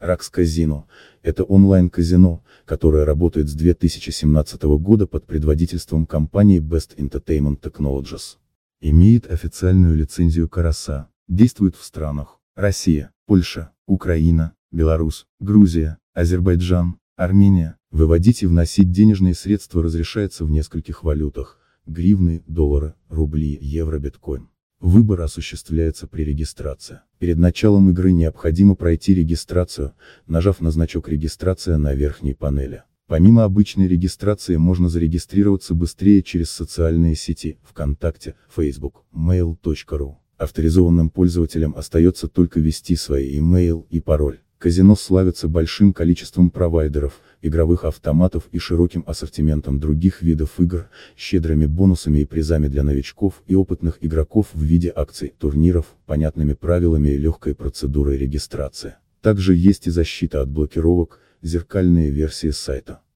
Rax Casino – это онлайн-казино, которое работает с 2017 года под предводительством компании Best Entertainment Technologies. Имеет официальную лицензию Караса, действует в странах Россия, Польша, Украина, Беларусь, Грузия, Азербайджан, Армения. Выводить и вносить денежные средства разрешается в нескольких валютах: гривны, доллары, рубли, евро, биткоин. Выбор осуществляется при регистрации. Перед началом игры необходимо пройти регистрацию, нажав на значок «Регистрация» на верхней панели. Помимо обычной регистрации можно зарегистрироваться быстрее через социальные сети ВКонтакте, Facebook, Mail.ru. Авторизованным пользователям остается только ввести свои email и пароль. Казино славится большим количеством провайдеров, игровых автоматов и широким ассортиментом других видов игр, щедрыми бонусами и призами для новичков и опытных игроков в виде акций, турниров, понятными правилами и легкой процедурой регистрации. Также есть и защита от блокировок, зеркальные версии сайта.